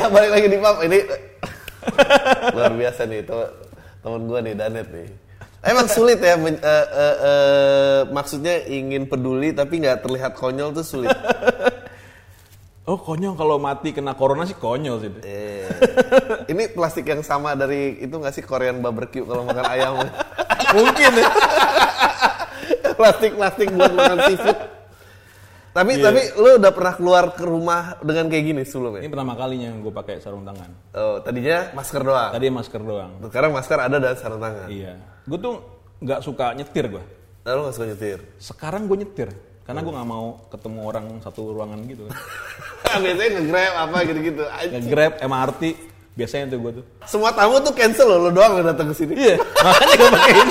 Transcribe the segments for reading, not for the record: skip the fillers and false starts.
Iya, balik lagi di pub ini. Luar biasa nih temen gue nih, Danet nih. Emang sulit ya, maksudnya ingin peduli tapi nggak terlihat konyol tuh sulit. Oh konyol kalau mati kena corona sih konyol sih. Ini plastik yang sama dari itu nggak sih Korean barbecue kalau makan ayam? Mungkin ya. Plastik buat makan seafood. Tapi lu udah pernah keluar ke rumah dengan kayak gini sebelumnya? Ini pertama kalinya gue pakai sarung tangan. Oh, tadinya masker doang. Tadi masker doang. Sekarang masker ada dan sarung tangan. Iya. Gue tuh nggak suka nyetir gue. Lu nggak suka nyetir? Sekarang gue nyetir karena gue nggak mau ketemu orang satu ruangan gitu. Biasanya nge-grab apa gitu-gitu. Nge-grab, MRT, biasanya tuh gue tuh. Semua tamu tuh cancel loh, lo doang udah datang ke sini. Iya, makanya gue pakai ini.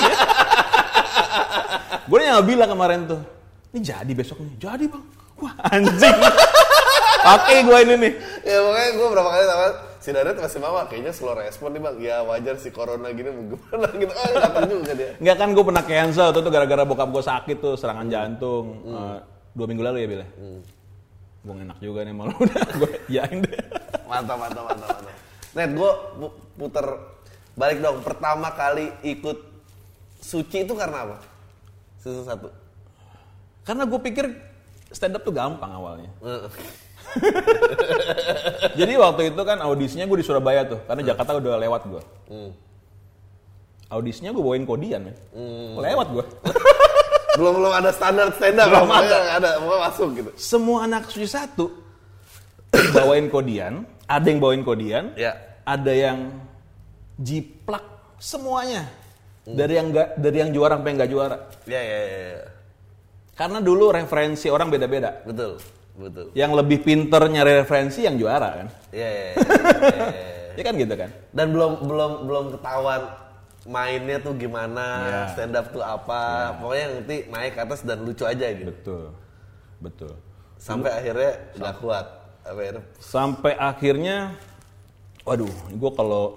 Gue nggak bilang kemarin tuh, ini jadi besok nih, jadi bang. Wah anjing. Pakai gue ini nih. Ya makanya gue berapa kali sama si Danet masih mama, kayaknya slow respon nih bang. Ya wajar sih corona gini gimana gitu. Datang juga dia. Nggak kan gue pernah cancel tuh gara-gara bokap gue sakit tuh, serangan jantung. 2 minggu lalu ya Bil. Gue enak juga nih malu udah gue yain deh. Mantap. Net, gue puter balik dong. Pertama kali ikut Suci itu karena apa? Season 1. Karena gue pikir stand up tuh gampang awalnya. Jadi waktu itu kan audisinya gue di Surabaya tuh, karena Jakarta udah lewat gue. Audisinya gue bawain kodian ya. Lewat gue. belum ada standar stand up. Belum ada. Mau masuk gitu. Semua anak Suci 1 bawain kodian, ada yang bawain kodian, ya. Ada yang jiplak, semuanya. Dari yang juara sampai yang nggak juara. Ya. Karena dulu referensi orang beda-beda. Betul. Yang lebih pinter nyari referensi yang juara kan. Iya. Ya kan gitu kan. Dan belum ketahuan mainnya tuh gimana, stand up tuh apa. Pokoknya yang nanti naik ke atas dan lucu aja gitu. Betul. Sampai akhirnya nggak kuat. Sampai akhirnya, waduh, gue kalau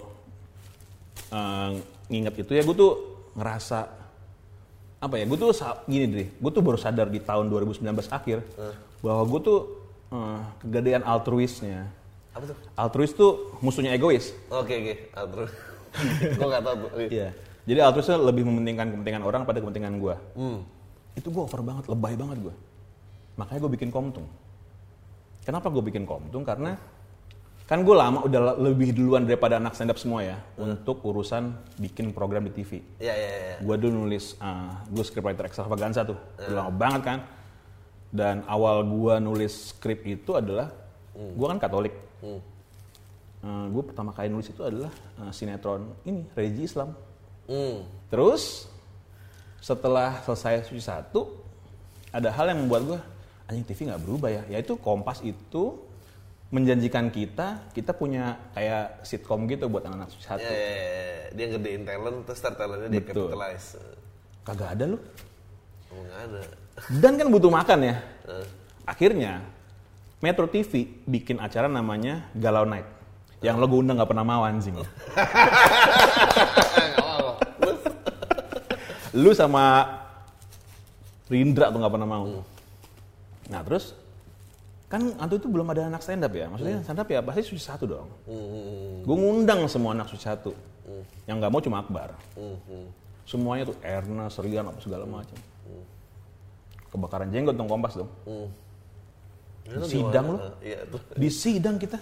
nginget itu ya gue tuh ngerasa apa ya, gue tuh gini deh, gue tuh baru sadar di tahun 2019 akhir bahwa gue tuh kegedean altruisnya. Apa tuh? Altruis tuh musuhnya egois. Oke, altruis. Gue nggak tahu. Iya. Jadi altruisnya lebih mementingkan kepentingan orang pada kepentingan gue. Itu gue over banget, lebay banget gue. Makanya gue bikin Komtung. Kenapa gue bikin Komtung? Karena kan gue lama udah lebih duluan daripada anak stand up semua ya untuk urusan bikin program di TV. Iya. Gue dulu nulis, gue scriptwriter Extravaganza tuh, udah lama banget kan. Dan awal gue nulis skrip itu adalah, gue kan Katolik. Gue pertama kali nulis itu adalah sinetron ini, Religi Islam. Terus setelah selesai Suci 1, ada hal yang membuat gue, anjing TV nggak berubah ya. Yaitu Kompas itu menjanjikan kita punya kayak sitcom gitu buat anak-anak Suci 1. Dia gedein talent, terus talentnya dia capitalize. Kagak ada loh. Nggak ada. Dan kan butuh makan ya. Akhirnya Metro TV bikin acara namanya Galau Night. Yang lo gue undang gak pernah mau anjing. Lu sama Rindra tuh gak pernah mau. Nah terus kan waktu itu belum ada anak stand up ya. Maksudnya stand up ya pasti Suci 1 dong. Gue ngundang semua anak Suci 1. Yang gak mau cuma Akbar. Semuanya tuh Ernest, Rian, apa segala macam. Kebakaran jenggot dong Kompas dong. Di sidang lo. Di sidang kita.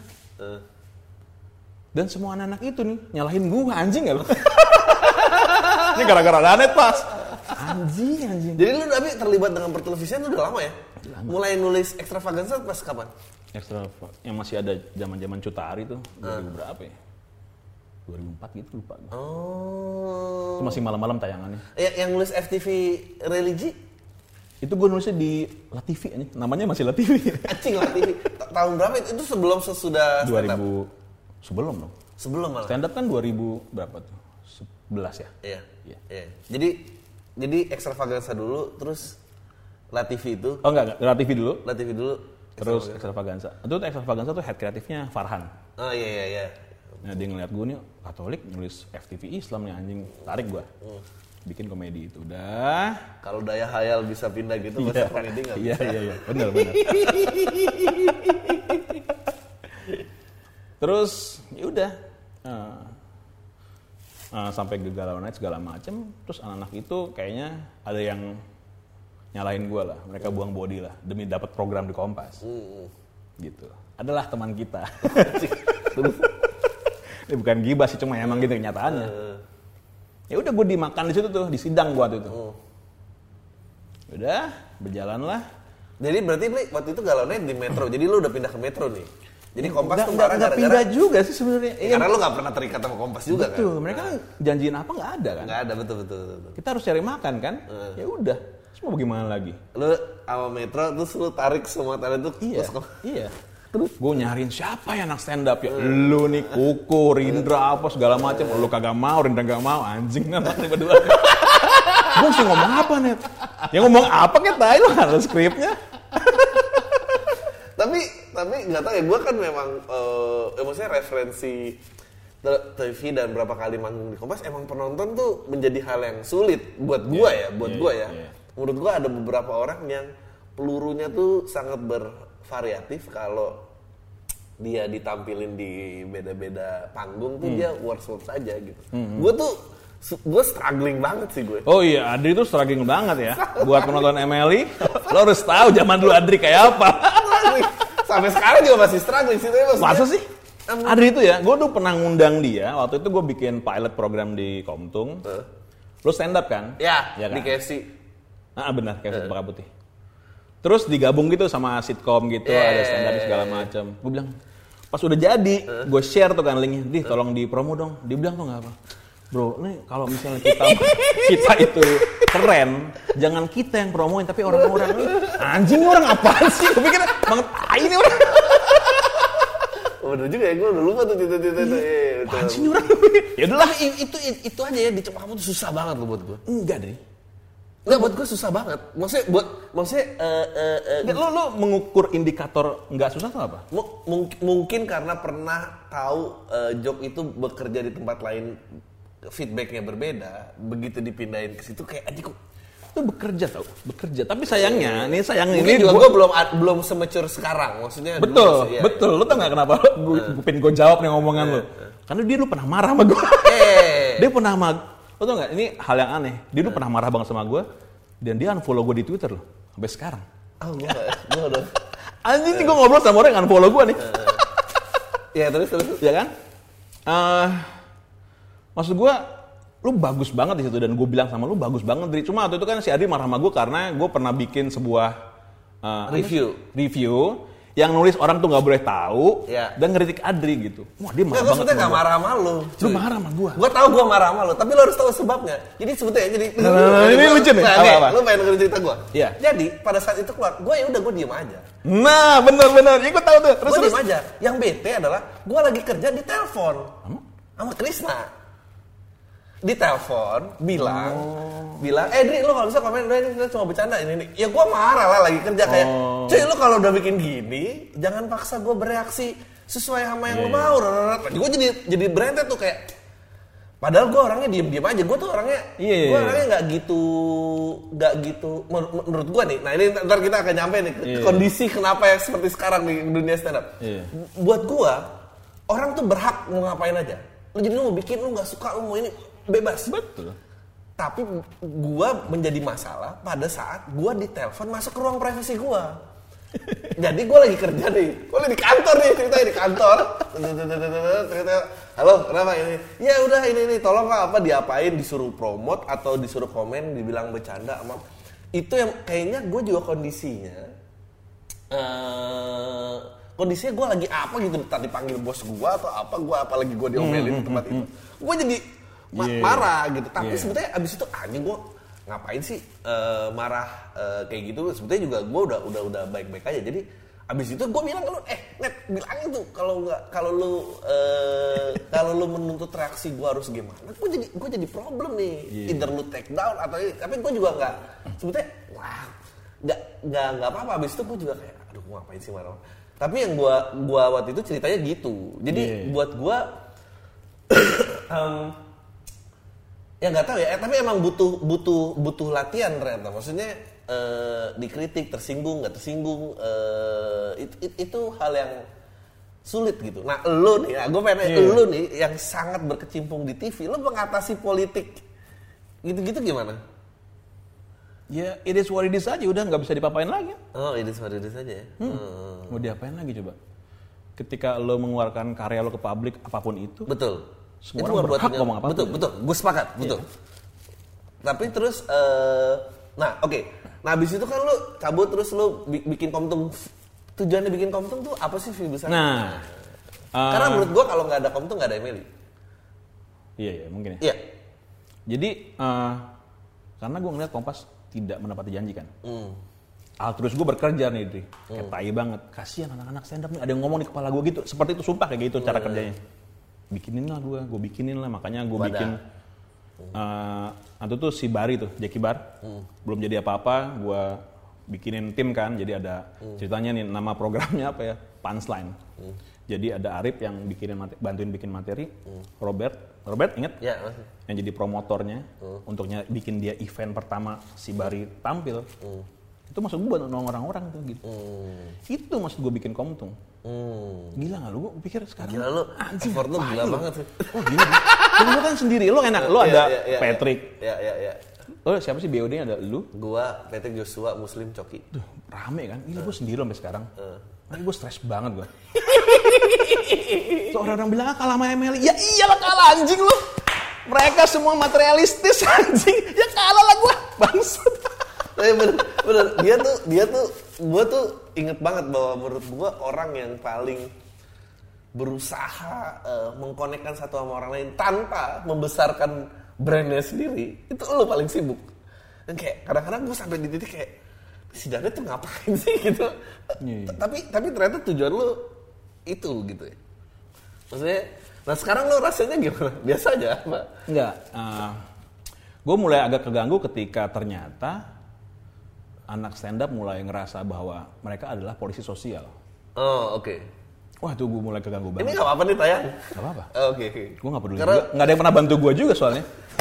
Dan semua anak-anak itu nih nyalahin gue, anjing gak lo? Ini gara-gara Danet pas. Anjing. Jadi lu tapi terlibat dengan pertelevisian udah lama ya? Mulai nulis Extravaganza pas kapan? Yang masih ada zaman-zaman Cutari tuh, 2000 berapa ya? 2004 gitu lupa. Itu masih malam-malam tayangannya. Yang nulis FTV Religi? Itu gue nulisnya di LaTV ini, namanya masih LaTV. Anjing LaTV. Tahun berapa itu? Itu sebelum sesudah stand up? 2000 sebelum dong. Sebelum malah. Stand up kan 2000 berapa tuh? 11 ya? Iya. Jadi Extravaganza dulu, terus LaTV itu. Oh enggak, LaTV dulu. LaTV dulu. Terus Extravaganza. Itu Extravaganza tuh head kreatifnya Farhan. Oh iya. Nah dia ngeliat gue nih Katolik nulis FTV Islam nih anjing, tarik gue. Bikin komedi itu udah. Kalau daya hayal bisa pindah gitu, masa komedi nggak bisa. Iya, benar. Terus ya udah sampai ke Galau Night segala macem. Terus anak-anak itu kayaknya ada yang nyalahin gue lah. Mereka buang body lah demi dapat program di Kompas. Gitu. Adalah teman kita. Ini bukan gibah sih, cuma emang gitu kenyataannya. Ya udah gue dimakan di situ tuh, di sidang gue waktu itu. Udah berjalan lah. Jadi berarti waktu itu Galau Night di Metro. Jadi lu udah pindah ke Metro nih. Jadi Kompas tuh marah gara-gara pindah juga sih sebenarnya. Karena lu nggak pernah terikat sama Kompas juga kan. Betul, mereka janjiin apa nggak ada kan? Nggak ada, betul. Kita harus cari makan kan? Ya udah, semua bagaimana lagi? Lu sama Metro terus lu tarik semua talent itu. Iya. Terus gue nyariin siapa ya anak stand up ya? Lu nih Kuku, Rindra apa segala macam. Lu kagak mau, Rindra nggak mau, anjing kan nih berdua. Gue sih ngomong apa nih? Ya ngomong apa kayak tadi lu ada skripnya. tapi nggak tahu ya, gue kan memang maksudnya referensi TV dan berapa kali manggung di Kompas, emang penonton tuh menjadi hal yang sulit buat gue ya. Menurut gue ada beberapa orang yang pelurunya tuh sangat bervariatif. Kalau dia ditampilin di beda-beda panggung tuh dia worst aja gitu. Gue struggling banget sih gue. Oh iya, Adri tuh struggling banget ya. Buat penonton MLI, lo harus tahu zaman dulu Adri kayak apa. Sampai sekarang juga masih struggling sih. Masa sih? Adri itu ya, gue tuh pernah ngundang dia. Waktu itu gue bikin pilot program di Komtung. Lo stand up kan? Ya kan? Di KFC. Benar, KFC Cempaka Putih. Terus digabung gitu sama sitkom gitu, ada stand up segala macam. Gue bilang, pas udah jadi, gue share tuh kan linknya. Di tolong di promo dong. Dia bilang tuh nggak apa. Bro, nih kalau misalnya kita itu keren, jangan kita yang promoin tapi orang-orang ini anjing orang apaan sih? Gue pikir banget ini orang. Bener juga ya, gue udah lupa tuh cita-cita itu. Anjing orang. Ya udahlah itu aja ya, di Cempaka Putih susah banget loh buat gue. Enggak deh. Enggak, buat gue susah banget. Maksudnya lo mengukur indikator nggak susah tuh apa? Mungkin karena pernah tahu job itu bekerja di tempat lain, feedbacknya berbeda, begitu dipindahin ke situ kayak aja kok itu bekerja. Tapi sayangnya ini juga gue belum semacur sekarang, maksudnya. Betul. Lo tau nggak kenapa? Gue jawab nih ngomongan lo. Karena lu pernah marah sama gue. Dia pernah lo tau nggak? Ini hal yang aneh. Dia dulu pernah marah banget sama gue dan dia unfollow gue di Twitter loh sampai sekarang. Gue udah. Anjing gue ngobrol sama orang yang unfollow gue nih. Ya terus. Ya kan? Maksud gue, lu bagus banget di situ dan gue bilang sama lu bagus banget. Cuma waktu itu kan si Adri marah sama gue karena gue pernah bikin sebuah review yang nulis orang tuh nggak boleh tahu dan ngeritik Adri gitu. Wah dia marah banget. Maksudnya nggak marah sama lu. Lu marah sama gue. Gue tahu gue marah sama lu, tapi lu harus tahu sebabnya. Jadi sebetulnya ini lucu nih. Apa? Lu pengen dengerin cerita gue. Iya. Jadi pada saat itu keluar, gue diem aja. Nah benar. Ya gue tahu tuh. Gue diem aja. Yang bete adalah gue lagi kerja di telepon sama Krisna. Di telepon bilang, Dri lu kalau bisa komen udah ini kita cuma bercanda ini. Ya gue marah lah lagi kerja kayak, cuy lu kalau udah bikin gini jangan paksa gue bereaksi sesuai sama yang lu mau. Gue jadi berentet tuh kayak, padahal gue orangnya diem aja. Gue tuh orangnya, gue orangnya nggak gitu. Menurut gue nih, nah ini ntar kita akan nyampe nih kondisi kenapa ya seperti sekarang di dunia stand up. Buat gue orang tuh berhak mau ngapain aja. Jadi lu mau bikin, lu nggak suka, lu mau ini bebas. Betul. Tapi gua menjadi masalah pada saat gua ditelepon masuk ke ruang privasi gua. Jadi gua lagi kerja nih. Gua lagi di kantor nih, ceritanya di kantor. Halo, kenapa ini? Ya udah ini tolong apa diapain, disuruh promote atau disuruh komen dibilang bercanda sama. Itu yang kayaknya gua juga kondisinya gue lagi apa gitu, tadi dipanggil bos gue atau apa, apalagi gue diomelin di tempat itu, gue jadi marah gitu. Tapi sebetulnya abis itu anjing gue ngapain sih marah kayak gitu. Sebetulnya juga gue udah baik-baik aja. Jadi abis itu gue bilang ke lu, Net bilangin tuh kalau lu menuntut reaksi gue harus gimana. Gue jadi problem nih. Either lu take down atau tapi gue juga nggak sebetulnya nggak apa-apa. Abis itu gue juga kayak aduh gue ngapain sih marah. Tapi yang gua waktu itu ceritanya gitu. Jadi buat gua ya nggak tahu ya, tapi emang butuh latihan ternyata. Maksudnya dikritik, tersinggung, nggak tersinggung, itu hal yang sulit gitu. Nah, lo nih, gue pengen nanya, lo nih yang sangat berkecimpung di TV, lo mengatasi politik gitu-gitu gimana? Ya, it is what it is aja, udah nggak bisa dipapain lagi. Oh, it is what it is aja ya? Mau diapain lagi coba? Ketika lo mengeluarkan karya lo ke publik, apapun itu. Betul. Semua orang berhak ngomong apapun. Betul. Gue sepakat, betul. Tapi terus, nah oke. Nah abis itu kan lo cabut terus lo bikin Komtung. Tujuannya bikin Komtung tuh apa sih Vi besar? Nah. Karena menurut gue kalau nggak ada Komtung nggak ada Emily. Iya, mungkin ya. Iya. Jadi, karena gue ngeliat Kompas tidak menepati janji kan. Terus gue bekerja nih, Dri. Kayak tai banget. Kasihan anak-anak stand up nih, ada yang ngomong di kepala gue gitu. Seperti itu, sumpah kayak gitu cara kerjanya. Bikinin lah gue bikinin lah. Makanya gue bikin, itu tuh si Bari tuh, Jackie Bar. Belum jadi apa-apa, gue bikinin tim kan. Jadi ada ceritanya nih, nama programnya apa ya? Punchline. Jadi ada Arif yang bantuin bikin materi. Robert inget? Ya, yang jadi promotornya. Untuknya bikin dia event pertama si Bari tampil. Itu maksud gue buat nolong orang-orang tuh gitu. Itu maksud gue bikin Komtung. Gila gak lu? Gue pikir sekarang gila lu, effort lu gila banget sih. Oh gila. Lu kan sendiri, lu enak. Lu ada Patrick. Iya. Oh siapa sih BOD-nya? Ada lu? Gua, Patrick, Joshua, Muslim, Coki. Duh, rame kan? Gila gue sendiri sampai sekarang. Makanya gue stres banget gue. So orang-orang bilang kalah sama Emily. Ya iyalah kalah anjing lu. Mereka semua materialistis anjing. Ya kalah lah gue. Bangsat. Tapi bener. Dia tuh, gue tuh inget banget bahwa menurut gue orang yang paling berusaha mengkonekkan satu sama orang lain tanpa membesarkan brandnya sendiri, itu lo paling sibuk. Dan kayak kadang-kadang gue sampai di titik kayak si Dada tuh ngapain sih gitu. Tapi ternyata tujuan lo itu gitu ya. Maksudnya, nah sekarang lo rasanya gimana? Biasa aja apa? Enggak. Gue mulai agak keganggu ketika ternyata anak stand up mulai ngerasa bahwa mereka adalah polisi sosial. Oh, oke. Wah, itu gue mulai keganggu banget. Ini gak apa-apa nih tayang? Gak apa-apa. Oke. Gue gak peduli juga. Gak ada yang pernah bantu gue juga soalnya.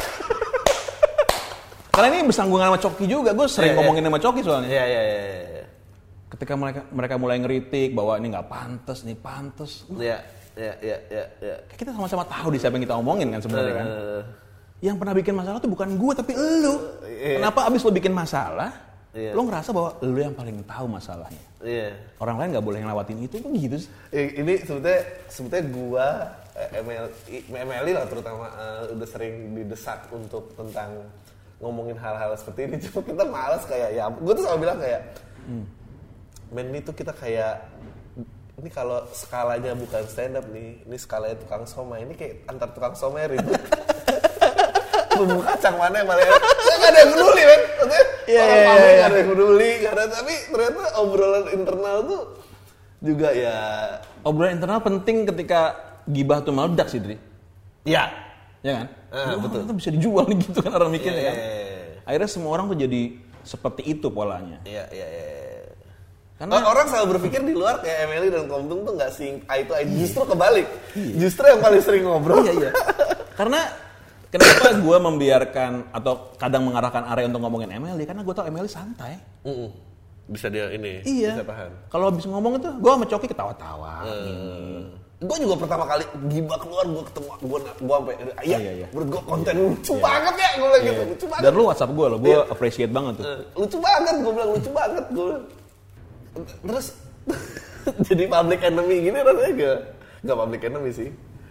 Karena ini bersanggungan sama Coki juga. Gue sering ngomongin sama Coki soalnya. Iya. Ketika mereka mulai ngeritik bahwa ini gak pantas, nih pantas. Iya. Kita sama-sama tahu di siapa yang kita omongin kan sebenarnya kan. Yang pernah bikin masalah tuh bukan gue tapi elu. Kenapa abis lo bikin masalah? Lo ngerasa bahwa lo yang paling tahu masalahnya. Orang lain nggak boleh ngelawatin itu gitu sih. Ini sebetulnya gua MLI lah terutama udah sering didesak untuk tentang ngomongin hal-hal seperti ini. Cuma kita malas kayak ya. Gue tuh selalu bilang kayak, men ini tuh kita kayak ini kalau skalanya bukan stand up nih, ini skalanya tukang somai. Ini kayak antar tukang somai ribut. Bumbu kacang mana yang paling enak? Gak ada yang peduli kan? Maksudnya orang pabrik gak ada yang peduli. Tapi ternyata obrolan internal tuh juga ya... Obrolan internal penting ketika gibah tuh meledak sih, Dri. Iya. Ya kan? Betul. Itu bisa dijual nih gitu kan orang mikirnya kan. Akhirnya semua orang tuh jadi seperti itu polanya. Iya. Karena orang selalu berpikir di luar kayak Emily dan Komtung tuh gak sing eye to eye. Justru kebalik. Justru yang paling sering ngobrol. Iya. Karena kenapa gue membiarkan atau kadang mengarahkan area untuk ngomongin Emily? Karena gue tau Emily santai. Bisa dia ini, iya. bisa paham. Kalau habis ngomong itu, gue sama Coki ketawa-tawa. Gue juga pertama kali gibah keluar, gue ketemu, gue sampai, iya. Menurut gue konten lucu banget ya, gue bilang gitu, lucu banget. Dan lu WhatsApp gue loh, gue appreciate banget tuh. Lucu banget, gue bilang lucu banget, gue. Terus jadi public enemy gini rasanya gak public enemy sih.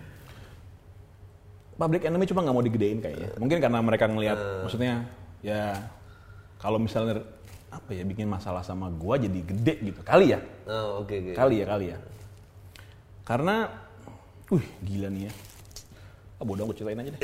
Public enemy cuma nggak mau digedein kayaknya. Mungkin karena mereka ngelihat, maksudnya ya kalau misalnya apa ya bikin masalah sama gua jadi gede gitu kali ya. Oke. Kali ya. Karena, gila nih ya. Bodoh gue ceritain aja deh.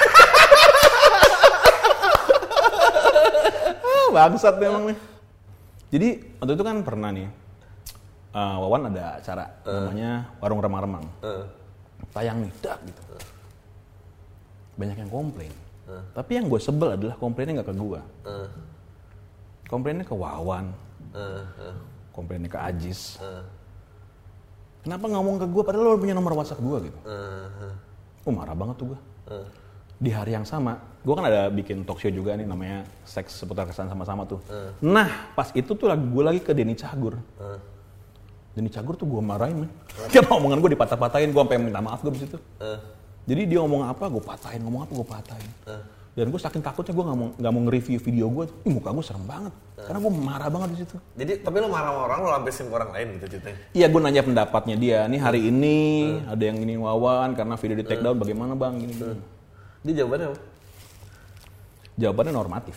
Bangsat memang nih. Jadi waktu itu kan pernah nih, Wawan ada acara namanya Warung Remang-Remang. Tayang nih, gitu. Banyak yang komplain. Tapi yang gue sebel adalah komplainnya gak ke gue. Komplainnya ke Wawan. Komplainnya ke Ajis. Kenapa ngomong ke gue padahal lo punya nomor WhatsApp gue gitu. Marah banget tuh gue. Di hari yang sama, gue kan ada bikin talk show juga nih namanya Seks Seputar Kesan Sama-Sama tuh. Nah pas itu tuh gue lagi ke Denny Cagur. Dan di Cagur tuh gue marahin, man. Karena omongan gue dipatah-patahin, gue sampai minta maaf gue di situ. Jadi dia ngomong apa, gue patahin, ngomong apa, gue patahin. Dan gue saking takutnya gue nggak mau nge-review video gue. Muka gue serem banget, karena gue marah banget di situ. Jadi, tapi lo marah sama orang, lo sampai ke orang lain gitu ceritanya? Iya, gue nanya pendapatnya dia. Nih hari ini ada yang ini Wawan, karena video di take down, bagaimana bang? Gini. Dia jawabannya apa? Jawabannya normatif.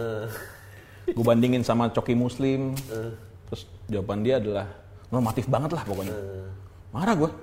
Gue bandingin sama Coki Muslim, terus jawaban dia adalah normatif banget lah pokoknya. Marah gue.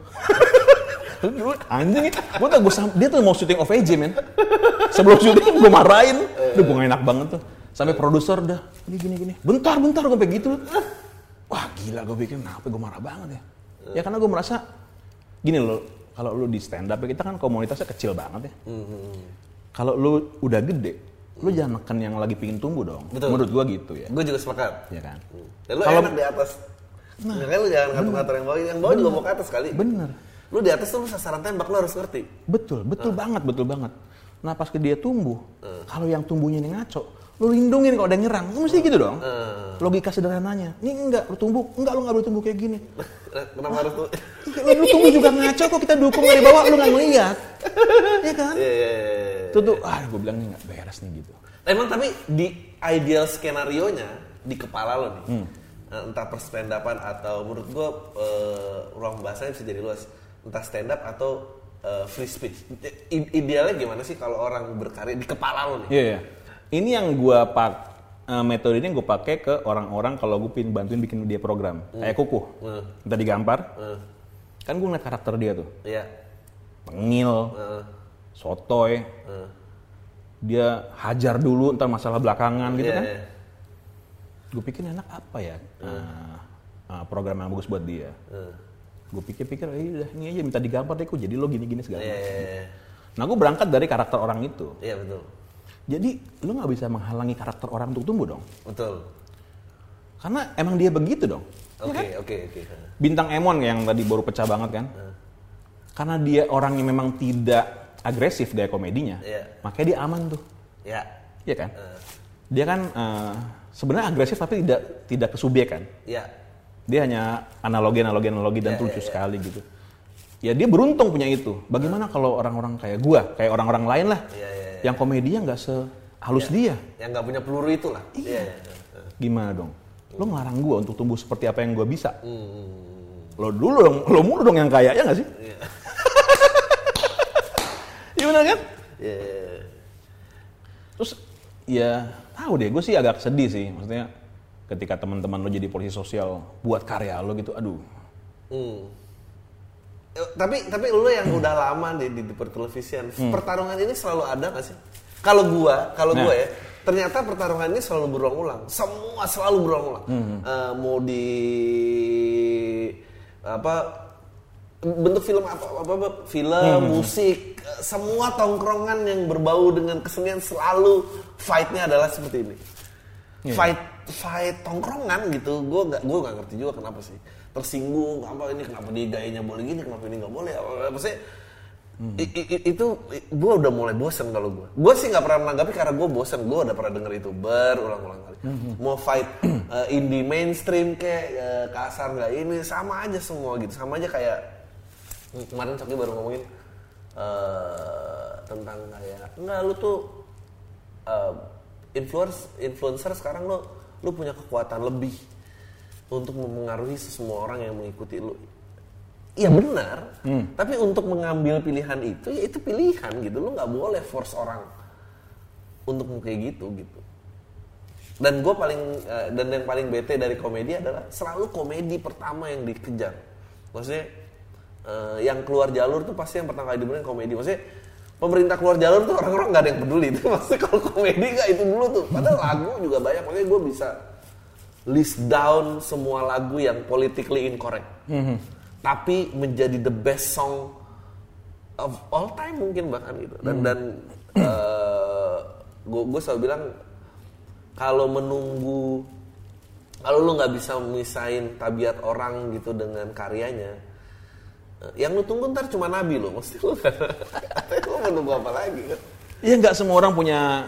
Anjing, dia tuh mau syuting OVJ, men. Sebelum syuting gue marahin, gue gak enak banget tuh. Sampai produser dah, ini gini. Bentar, gue sampai gitu. Wah gila, gue pikir kenapa gue marah banget ya. Ya karena gue merasa, gini loh, kalau lu di stand up kita kan komunitasnya kecil banget ya. Kalau lu udah gede, lu jangan neken yang lagi pingin tumbuh dong. Betul. Menurut gue gitu ya. Gue juga sepakat. Iya kan. Dan lu enak di atas. Makanya lu jangan ngatur-ngatur yang bawah juga mau ke atas kali. Bener. Lu di atas tuh lu sasaran tembak, lu harus ngerti. Betul banget. Nah pas dia tumbuh, kalau yang tumbuhnya ini ngaco, lu lindungin kalau ada yang nyerang, lu mesti gitu dong. Logika sederhananya. Ini enggak, lu tumbuh, enggak lu nggak boleh tumbuh kayak gini. Kenapa harus tuh? Lu tumbuh juga ngaco kok, kita dukung dari bawah, lu nggak ngeliat. Iya kan? Iya. Tuh, gue bilang ini nggak beres nih gitu. Emang tapi di ideal skenario-nya di kepala lo nih, entah per stand-upan atau menurut gue ruang bahasanya bisa jadi luas, entah stand up atau free speech. Idealnya gimana sih kalau orang berkarya di kepala lo nih? Iya. Ini yang gue metode ini gue pakai ke orang-orang kalau gue bantuin bikin dia program. Kayak Kukuh, minta digampar. Kan gue ngeliat karakter dia tuh. Iya. Pengil, sotoy. Dia hajar dulu, ntar masalah belakangan gitu kan. Gue pikir enak apa ya program yang bagus buat dia. Gue pikir-pikir, ini aja minta digampar deh, kok jadi lo gini-gini segala macam. Nah, gue berangkat dari karakter orang itu. Iya, betul. Jadi, lo nggak bisa menghalangi karakter orang untuk tumbuh dong. Betul. Karena emang dia begitu dong. Oke. Bintang Emon yang tadi baru pecah banget kan. Karena dia orang yang memang tidak agresif gaya komedinya, makanya dia aman tuh. Iya kan? Dia kan sebenarnya agresif tapi tidak ke subjek kan. Iya. Dia hanya analogi dan lucu sekali gitu. Ya dia beruntung punya itu. Bagaimana kalau orang-orang kayak gua, kayak orang-orang lain lah, yang komedinya nggak sehalus dia. Yang nggak punya peluru itu lah. Iya. Gimana dong? Lo ngelarang gua untuk tumbuh seperti apa yang gua bisa. Lo mulu dong yang kaya, ya nggak sih? Iya benar kan? Terus ya tahu deh, gue sih agak sedih sih. Maksudnya ketika teman-teman lo jadi polisi sosial buat karya lo gitu, aduh. Tapi lo yang udah lama di pertelevisian, pertarungan ini selalu ada nggak sih? Kalau gue ya, ternyata pertarungan ini selalu berulang-ulang. Semua selalu berulang-ulang. Mau di bentuk film film, musik, semua tongkrongan yang berbau dengan kesenian selalu fight-nya adalah seperti ini. Fight tongkrongan gitu. Gue nggak ngerti juga kenapa sih. Tersinggung kenapa dia gayanya boleh gini, kenapa ini nggak boleh. Maksudnya itu gue udah mulai bosan kalau gue. Gue sih nggak pernah menanggapi karena gue bosan. Gue udah pernah denger itu berulang-ulang kali. Mau fight indie mainstream kayak kasar nggak ini, sama aja semua gitu. Sama aja kayak kemarin Coki baru ngomongin tentang kayak enggak lu tuh influencer sekarang lu punya kekuatan lebih untuk mempengaruhi semua orang yang mengikuti lu. Iya benar, tapi untuk mengambil pilihan itu ya itu pilihan gitu. Lu nggak boleh force orang untuk kayak gitu. Dan gue dan yang paling bete dari komedi adalah selalu komedi pertama yang dikejar. Maksudnya yang keluar jalur tuh pasti yang pertama kali dibenerin komedi. Maksudnya pemerintah keluar jalur tuh orang-orang nggak ada yang peduli. Itu maksudnya kalau komedi nggak itu dulu tuh. Padahal lagu juga banyak. Makanya gue bisa list down semua lagu yang politically incorrect. Tapi menjadi the best song of all time mungkin bahkan gitu. Dan gue selalu bilang kalau lu nggak bisa misahin tabiat orang gitu dengan karyanya, yang lu tunggu ntar cuma Nabi lo, mesti lu menunggu apa lagi kan? Iya nggak semua orang punya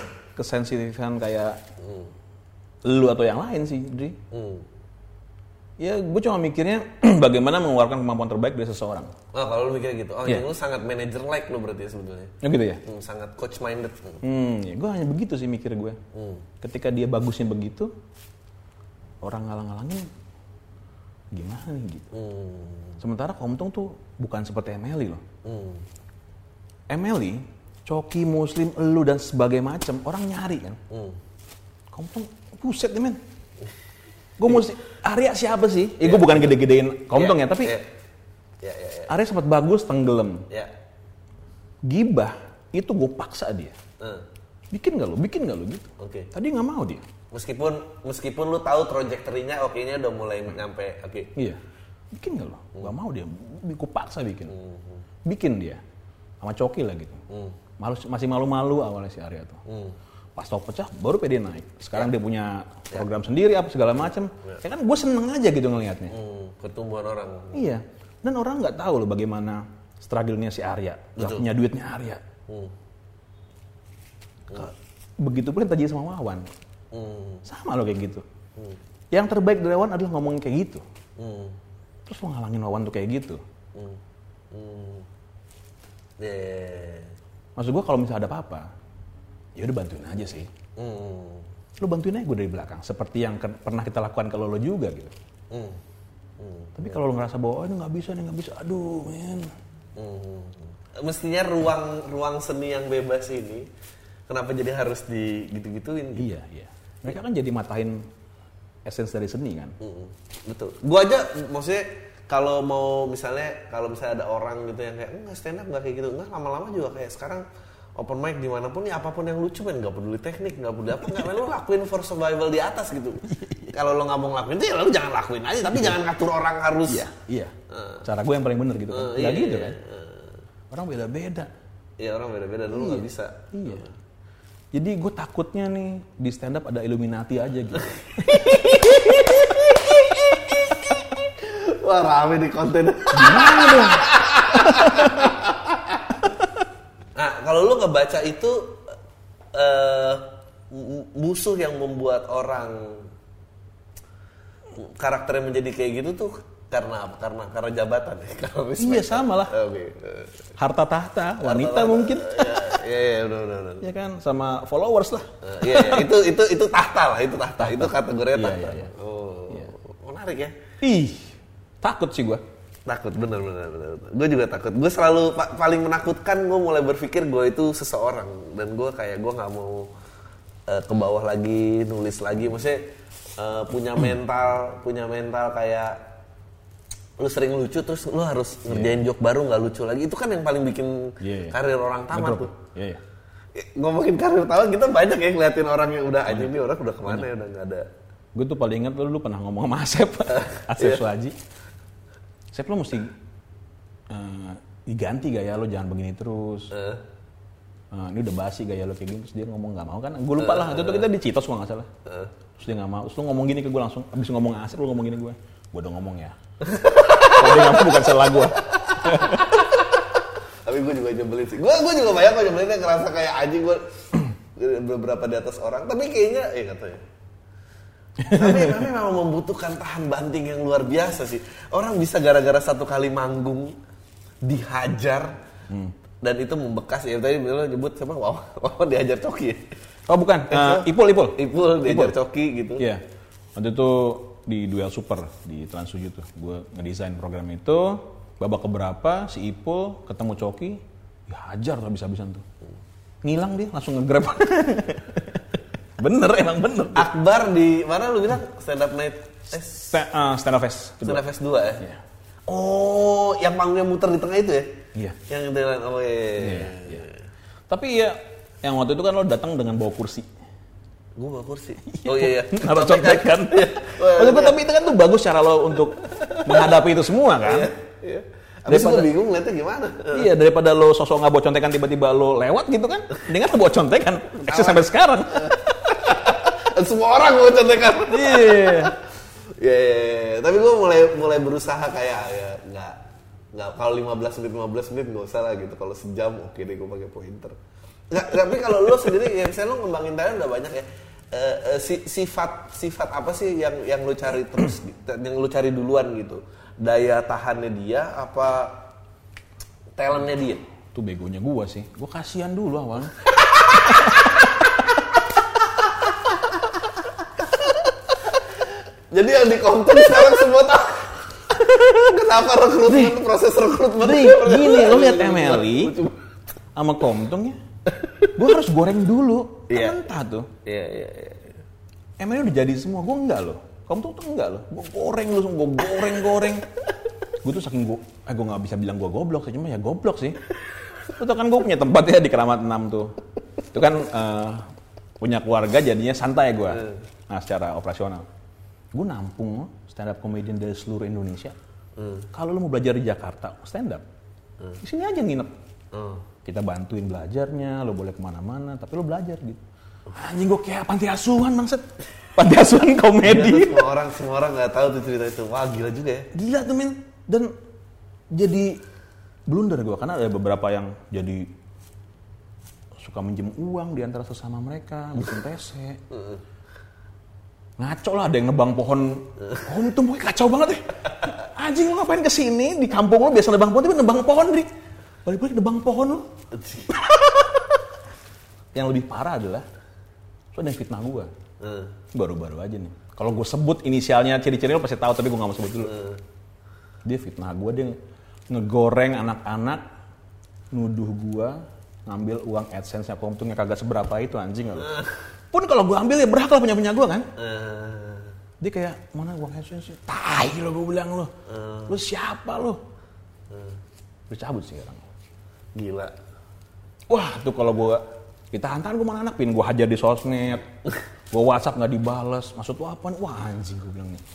kesensitifan kayak lu atau yang lain sih, Dri. Ya, gue cuma mikirnya bagaimana mengeluarkan kemampuan terbaik dari seseorang. Oh, kalau lu mikirnya gitu. Oh, Iya. lu sangat manager-like lu berarti ya sebetulnya. Ya gitu ya? Sangat coach-minded. Ya gue hanya begitu sih mikir gue. Ketika dia bagusnya begitu, orang ngalang-ngalangin gimana nih gitu. Sementara Komtong tuh bukan seperti Emily loh. Emily, Coki, Muslim, elu dan sebagainya macam orang nyari kan. Komtong, buset deh men. Gue mesti, Arya siapa sih? Gue bukan gede-gedein Komtong ya, tapi Arya sempat bagus, tenggelam. Gibah, itu gue paksa dia. Bikin gak lu gitu. Oke. Tadi gak mau dia. Meskipun lu tahu trajektorinya oke-nya udah mulai nyampe. Oke. Iya. Bikin gak lu? Gak mau dia. Gue paksa bikin. Bikin dia. Sama Coki lah gitu. Masih malu-malu awalnya si Arya tuh. Pas tau pecah, baru pede naik. Sekarang dia punya program sendiri, apa segala macam. Ya kan gue seneng aja gitu ngelihatnya. Pertumbuhan orang. Iya. Dan orang nggak tahu loh bagaimana struggle-nya si Arya. Gak punya duitnya Arya. Begitu pula tadi sama Wawan. Sama loh kayak gitu. Yang terbaik dari Wawan adalah ngomongin kayak gitu. Terus lo ngalangin Wawan tuh kayak gitu. Maksud gue kalau misalnya ada apa-apa, ya udah bantuin aja sih. Lo bantuin aja gue dari belakang, seperti yang pernah kita lakukan ke lo juga gitu. Tapi kalau lo ngerasa bahwa ini nggak bisa, aduh men. Mestinya ruang seni yang bebas ini, kenapa jadi harus digitu-gituin? Iya. Mereka kan jadi matahin essence dari seni kan. Betul. Gue aja maksudnya kalau misalnya ada orang gitu yang kayak enggak stand up nggak kayak gitu, enggak lama-lama juga kayak sekarang open mic dimanapun ya apapun yang lucu men, nggak peduli teknik, nggak peduli apa, nggak lo lakuin for survival di atas gitu. Kalau lo nggak mau ngelakuin itu ya lo jangan lakuin aja, tapi jangan ngatur orang harus. Iya. Cara gue yang paling bener gitu kan. Nggak gitu kan. Orang beda-beda. Iya orang beda-beda, lo nggak bisa. Iya. Jadi gue takutnya nih di stand up ada Illuminati aja gitu. Wah rame di konten. Gimana dong? Nah kalau lu ngebaca itu musuh yang membuat orang karakternya menjadi kayak gitu tuh karena apa? Karena jabatan ya. Iya sama lah. Okay. Harta tahta, wanita mungkin. Iya, udah. Ya kan, sama followers lah. Iya, itu tahta lah, itu tahta. Itu kategorinya tahta. Iya. Oh, menarik ya. Ih, takut sih gue. Takut, bener. Gue juga takut. Gue selalu paling menakutkan. Gue mulai berpikir gue itu seseorang dan gue nggak mau ke bawah lagi, nulis lagi. Maksudnya punya mental kayak lu sering lucu terus lu harus ngerjain joke baru nggak lucu lagi. Itu kan yang paling bikin karir orang tamat tuh. Iya. Ngomongin karir tamat kita banyak ya ngeliatin orang yang udah aja ini orang udah kemana ya udah nggak ada. Gue tuh paling ingat lu pernah ngomong sama Asep Suhaji. Asep lu mesti diganti gaya lo, jangan begini terus. Ini udah basi gaya lo kayak gini. Terus dia ngomong nggak mau kan? Gue lupa lah. Itu kita di Citos kalau nggak salah. Terus dia nggak mau. Terus lu ngomong gini ke gue langsung. Abis ngomong Asep lu ngomong gini gue. Gue udah ngomong ya. Kalau dia nggak bukan salah gue. Tapi gue juga nyebelin sih. Gue juga banyak kok nyebelinnya ngerasa kayak anjing gue beberapa di atas orang. Tapi kayaknya katanya. Tapi memang membutuhkan tahan banting yang luar biasa sih. Orang bisa gara-gara satu kali manggung dihajar dan itu membekas ya. Tadi lo nyebut siapa? Wow, dihajar Coki ya? Oh bukan, Ipul dihajar Coki gitu. Iya, waktu itu di Duel Super di Trans 7 tuh, gue ngedesain program itu. Babak keberapa si Ipul ketemu Coki, dihajar tuh habis-habisan tuh. Ngilang dia, langsung nge-grab. Emang bener. Akbar di mana lu bilang? Stand Up Night? Stand Up Fest. Stand Up Fest 2 ya? Iya. Oh, yang panggungnya muter di tengah itu ya? Iya. Yang Iya. Tapi ya, yang waktu itu kan lo datang dengan bawa kursi. Gue bawa kursi? Oh iya. Naruh contekan. Maksudnya tapi itu kan tuh bagus cara lo untuk menghadapi itu semua kan? Iya. Abis gue bingung ngeliatnya gimana. Iya, daripada lo sosok nggak bawa contekan tiba-tiba lo lewat gitu kan. Dengan lo bawa contekan, eksis sampai sekarang. Semua orang bawa contekan. Iya. Iya. Tapi gue mulai berusaha kayak ya nggak kalau 15 menit nggak usah lah gitu. Kalau sejam oke deh gue pakai pointer. Nggak, tapi kalau lo sendiri ya misalnya lo ngembangin talent udah banyak ya. sifat apa sih yang lu cari terus, yang lu cari duluan gitu? Daya tahannya dia apa talentnya dia? Itu begonya gua sih. Gua kasihan dulu awalnya. Jadi yang di Compton sekarang semua tahu kenapa proses rekrutmen. Gini, lo lihat Emily sama Compton ya. Gue harus goreng dulu. Mentah tuh. Iya. Emily udah jadi semua, gue enggak loh. Compton tuh enggak loh. Gue goreng lu, gue goreng. Gue tuh saking gue nggak bisa bilang gue goblok sih, cuma ya goblok sih. Lu tau kan gue punya tempat ya di Keramat 6 tuh. Itu kan punya keluarga jadinya santai gue. Nah secara operasional. Gue nampung stand up comedian dari seluruh Indonesia. Kalau lo mau belajar di Jakarta stand up, di sini aja nginep. Kita bantuin belajarnya, lo boleh kemana-mana, tapi lo belajar gitu. Anjing gue kayak panti asuhan bangset, panti asuhan komedi. Ya, semua orang nggak tahu tuh cerita itu. Wah gila juga ya. Gila tuh men. Dan jadi blunder gue karena ada beberapa yang jadi suka minjem uang di antara sesama mereka, bikin tese. Ngaco lah, ada yang nebang pohon. Oh itu pokoknya kacau banget deh. Anjing lo ngapain kesini, di kampung lo biasa nebang pohon, tapi nebang pohon, Drik. Balik-balik nebang pohon lo. Yang lebih parah adalah, so ada yang fitnah gue. Baru-baru aja nih. Kalau gue sebut inisialnya, ciri-ciri lo pasti tahu, tapi gue gak mau sebut dulu. Dia fitnah gue, dia ngegoreng anak-anak, nuduh gue, ngambil uang AdSense-nya Compton yang kagak seberapa itu, anjing gak lo. Pun kalau gue ambil ya berhak lah punya gue kan. Dia kayak, mana uang AdSense? Tai lo gue bilang lo. Lo siapa lo? Lu cabut sih orang. Gila. Wah tuh kalau gue ditahan-tahan gue mana anak pin. Gue hajar di sosmed. Gue WhatsApp gak dibales. Maksud lu apa? Wah anjing gue bilang nih.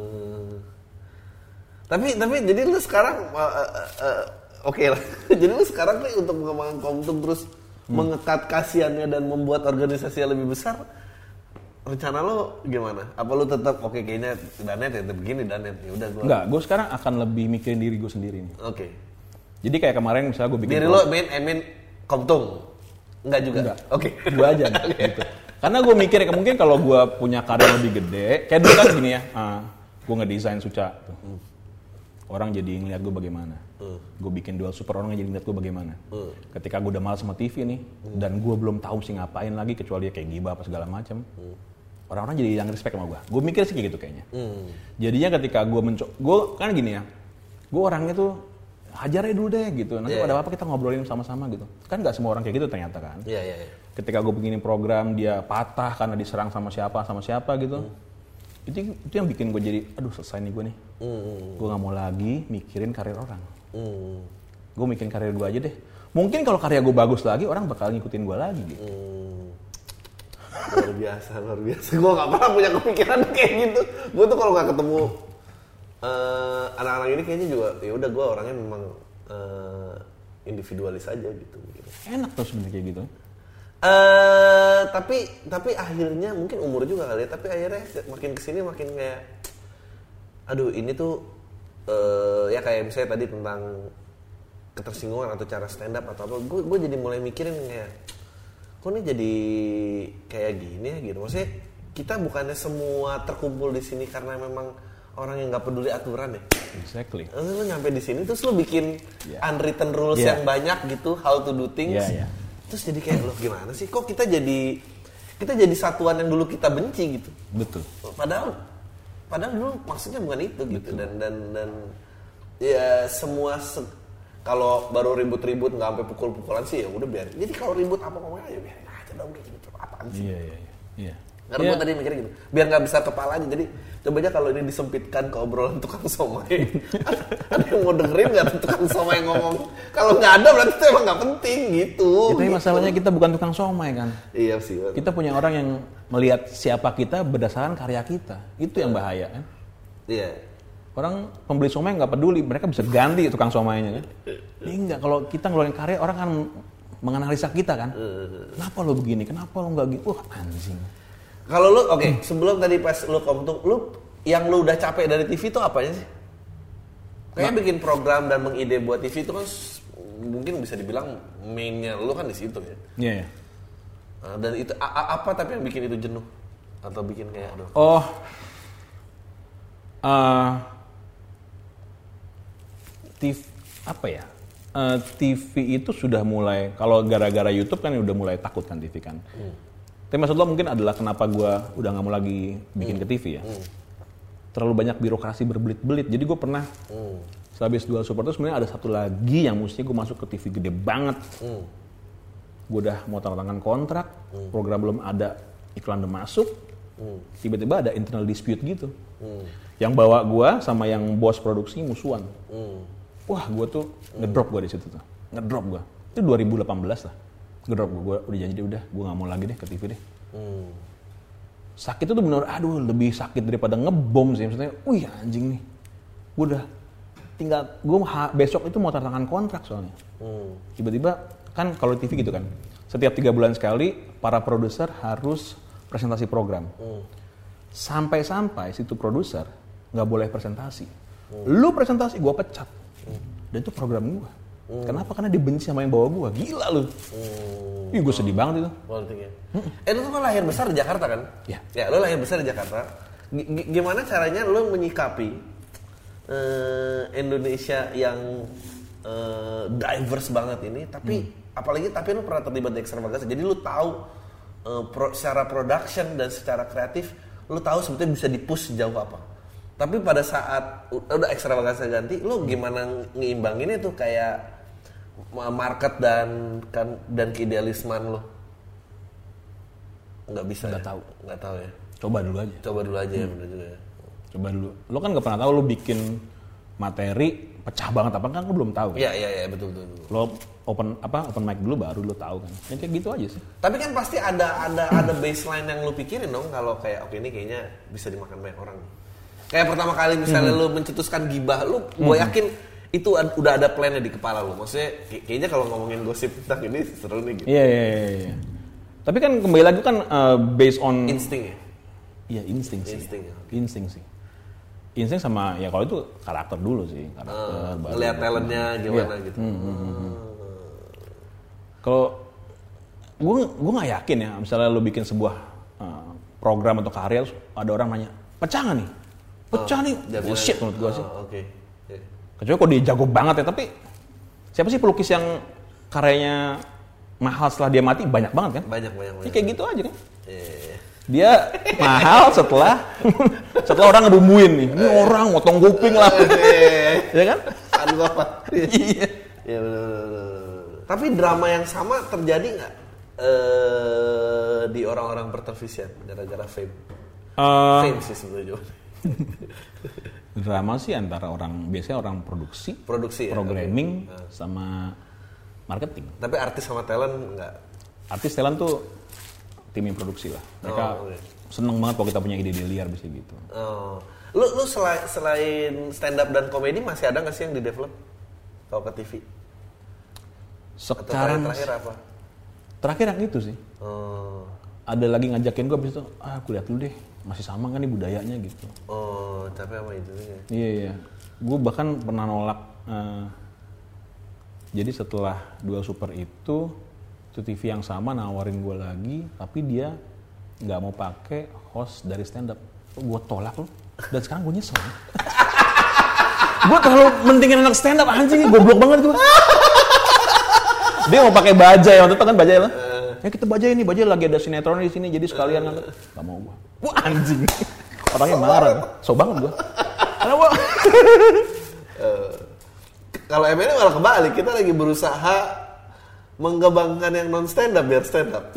Tapi jadi lu sekarang oke lah. Jadi lu sekarang nih untuk mengembangkan Compton terus mengekat kasihannya dan membuat organisasi yang lebih besar, rencana lo gimana? Apa lo tetap oke kayaknya Danet ya begini Danet ya udah gue. Enggak, gue sekarang akan lebih mikirin diri gue sendiri nih. Oke. Jadi kayak kemarin misalnya gue bikin diri lo main Compton. Enggak juga. Enggak. Oke. Gue aja gitu. Karena gue mikir mungkin kalau gue punya karya lebih gede, kayak dulu kan gini ya, gue ngedesain Suca tuh. Orang jadi ngeliat gue bagaimana. Gue bikin dual super, orang jadi ngeliat gue bagaimana. Ketika gue udah malas sama TV nih, dan gue belum tahu sih ngapain lagi kecuali kayak gibah apa segala macam. Orang-orang jadi yang respect sama gue. Gue mikir sih kayak gitu kayaknya. Jadinya ketika gue gue kan gini ya, gue orangnya tuh hajar aja dulu deh gitu. Nanti pada apa kita ngobrolin sama-sama gitu. Kan nggak semua orang kayak gitu ternyata kan. Iya. Ketika gue begini program dia patah karena diserang sama siapa gitu. Itu yang bikin gue jadi, aduh selesai nih gue nih. Gue nggak mau lagi mikirin karir orang. Gue mikirin karir gue aja deh. Mungkin kalau karya gue bagus lagi, orang bakal ngikutin gue lagi gitu. Luar biasa. Gue gak pernah punya kepikiran kayak gitu. Gue tuh kalau gak ketemu anak-anak ini kayaknya juga, ya udah gue orangnya memang individualis aja gitu. Enak tuh sebenarnya kayak gitu. Tapi akhirnya mungkin umur juga kali ya. Tapi akhirnya makin kesini makin kayak, aduh ini tuh ya kayak misalnya tadi tentang ketersinggungan atau cara stand up atau apa. Gue jadi mulai mikirin kayak, kok ini jadi kayak gini ya gitu. Maksudnya kita bukannya semua terkumpul di sini karena memang orang yang nggak peduli aturan ya. Exactly. Lu nyampe di sini terus lu bikin unwritten rules yang banyak gitu, how to do things. Terus jadi kayak lo gimana sih? Kok kita jadi satuan yang dulu kita benci gitu. Betul. Padahal dulu maksudnya bukan itu gitu. Dan ya semua kalau baru ribut-ribut nggak sampai pukul-pukulan sih ya udah biarin. Jadi kalau ribut apa ngomongnya ya biarin aja dong gitu. Apaan sih? Iya. Karena gue tadi mikirnya gitu, biar nggak besar kepala aja. Jadi coba aja kalau ini disempitkan ke obrolan tukang somai, ada yang mau dengerin nggak tukang somai ngomong? Kalau nggak ada berarti itu emang nggak penting gitu. Tapi masalahnya kita bukan tukang somai kan. Iya sih. Kita punya orang yang melihat siapa kita berdasarkan karya kita. Itu yang bahaya kan. Iya. Orang pembeli somai nggak peduli, mereka bisa ganti tukang somainya kan. Ini enggak, kalau kita ngeluarin karya orang kan menganalisa kita kan. Kenapa lo begini? Kenapa lo nggak gitu? Wah anjing. Kalau lu sebelum tadi pas lu Compton, lu yang lu udah capek dari TV itu apanya sih? Kayaknya bikin program dan mengide buat TV itu kan mungkin bisa dibilang mainnya lu kan di situ ya. Iya. Dan itu apa tapi yang bikin itu jenuh? Atau bikin kayak aduh. Oh, TV apa ya? TV itu sudah mulai, kalau gara-gara YouTube kan udah mulai takut kan TV kan. Tapi maksud lo mungkin adalah kenapa gue udah nggak mau lagi bikin ke TV ya. Terlalu banyak birokrasi berbelit-belit. Jadi gue pernah sehabis Dual Super itu sebenarnya ada satu lagi yang mestinya gue masuk ke TV gede banget. Gue udah mau tanda tangan kontrak, program belum ada, iklan udah masuk. Tiba-tiba ada internal dispute gitu. Yang bawa gue sama yang bos produksi musuhan. Wah, gue tuh ngedrop gue di situ tuh. Ngedrop gue. Itu 2018 lah. Ngedrop gue udah janji udah, gue nggak mau lagi deh ke TV deh. Sakit itu bener, aduh lebih sakit daripada ngebom sih. Maksudnya, wih anjing nih. Gue udah tinggal, gue besok itu mau tanda tangan kontrak soalnya. Tiba-tiba kan kalau di TV gitu kan, setiap 3 bulan sekali para produser harus presentasi program. Sampai-sampai situ produser nggak boleh presentasi. Lu presentasi, gue pecat. Dan itu program gue. Kenapa? Karena dibenci sama yang bawa gue. Gila lu. Ih, gue sedih banget itu. Lu tuh kan lahir besar di Jakarta kan? Ya, lu lahir besar di Jakarta. Gimana caranya lu menyikapi Indonesia yang diverse banget ini, tapi apalagi lu pernah terlibat di Extravaganza, jadi lu tahu secara production dan secara kreatif, lu tahu sebetulnya bisa di-push sejauh apa. Tapi pada saat udah Extravaganza ganti, lu gimana ngeimbanginnya tuh kayak market dan keidealisman lu? Nggak bisa. Nggak tahu ya. Coba dulu aja ya, bener juga ya. Coba dulu. Lo kan nggak pernah tahu lo bikin materi pecah banget apa kan lo belum tahu kan? Iya betul. Lo open mic dulu baru lo tahu kan. Ya, kayak gitu aja sih. Tapi kan pasti ada baseline yang lo pikirin dong kalau kayak oke ini kayaknya bisa dimakan banyak orang. Kayak pertama kali misalnya lo mencetuskan gibah, lo gue yakin itu udah ada plannya di kepala lo. Maksudnya kayaknya kalau ngomongin gosip tentang ini seru nih gitu. Iya. Tapi kan kembali lagi kan based on insting ya? Iya, insting sih. Insting sama ya kalau itu karakter dulu sih, ngelihat talentnya gimana gitu. Kalau gue nggak yakin ya, misalnya lo bikin sebuah program atau karya, ada orang nanya, pecah nggak nih? Pecah nih, bullshit menurut gue sih. Kecuali kalau dia jago banget ya, tapi siapa sih pelukis yang karyanya mahal setelah dia mati? Banyak banget kan? Banyak. Ya, kayak gitu aja kan? Dia mahal setelah orang ngebumbuin nih. Ini orang motong kuping lah. Ya kan? Iya benar. Tapi drama yang sama terjadi nggak di orang-orang pertelevisian gara-gara fame? Fame sih sebenarnya. Drama sih antara biasanya orang produksi ya, programming sama marketing. Tapi artis sama talent nggak? Artis talent tuh timnya produksi lah. Mereka seneng banget kalau kita punya ide-ide liar bisa gitu. Lu selain stand up dan komedi masih ada nggak sih yang di develop kalau ke TV? Sekarang terakhir apa? Terakhir yang itu sih. Ada lagi ngajakin gue abis itu, aku lihat dulu deh, masih sama kan nih budayanya gitu. Tapi sama itu ya? Iya. Gue bahkan pernah nolak. Jadi setelah Dual Super itu TV yang sama nawarin gue lagi, tapi dia nggak mau pakai host dari stand up. Gue tolak loh. Dan sekarang gue nyesel. Gue terlalu mentingin anak stand up, anjing, goblok banget gue. Dia mau pakai Bajai, waktu itu kan Bajai lah. Ya kita Bajai lagi ada sinetron di sini, jadi sekalian nggak mau gue. Wah anjing. Orangnya marah. So banget gue. Karena gue. Kalau ML malah kebalik, kita lagi berusaha mengembangkan yang non stand up biar stand up.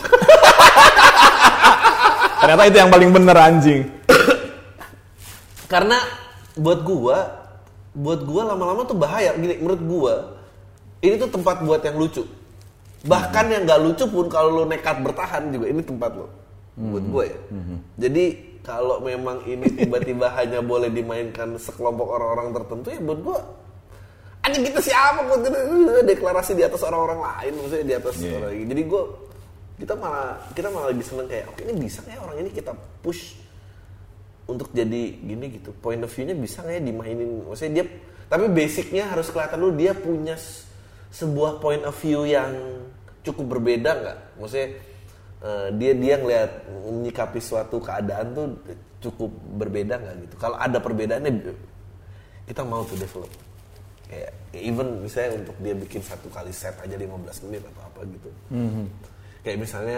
Ternyata itu yang paling bener anjing. Karena buat gua lama-lama tuh bahaya. Gini, menurut gua ini tuh tempat buat yang lucu. Bahkan yang nggak lucu pun kalau lo nekat bertahan juga ini tempat lo. Buat gua ya. Jadi kalau memang ini tiba-tiba hanya boleh dimainkan sekelompok orang-orang tertentu ya buat gua anjing kita siapa kok deklarasi di atas orang-orang lain, maksudnya di atas orang lain. Jadi kita malah lebih seneng kayak oke ini bisa nggak orang ini kita push untuk jadi gini gitu. Point of view-nya bisa nggak ya dimainin, maksudnya dia tapi basicnya harus kelihatan dulu dia punya sebuah point of view yang cukup berbeda nggak, maksudnya dia ngelihat menyikapi suatu keadaan tuh cukup berbeda nggak gitu. Kalau ada perbedaannya kita mau to develop. Kayak even misalnya untuk dia bikin satu kali set aja 15 menit atau apa gitu. Kayak misalnya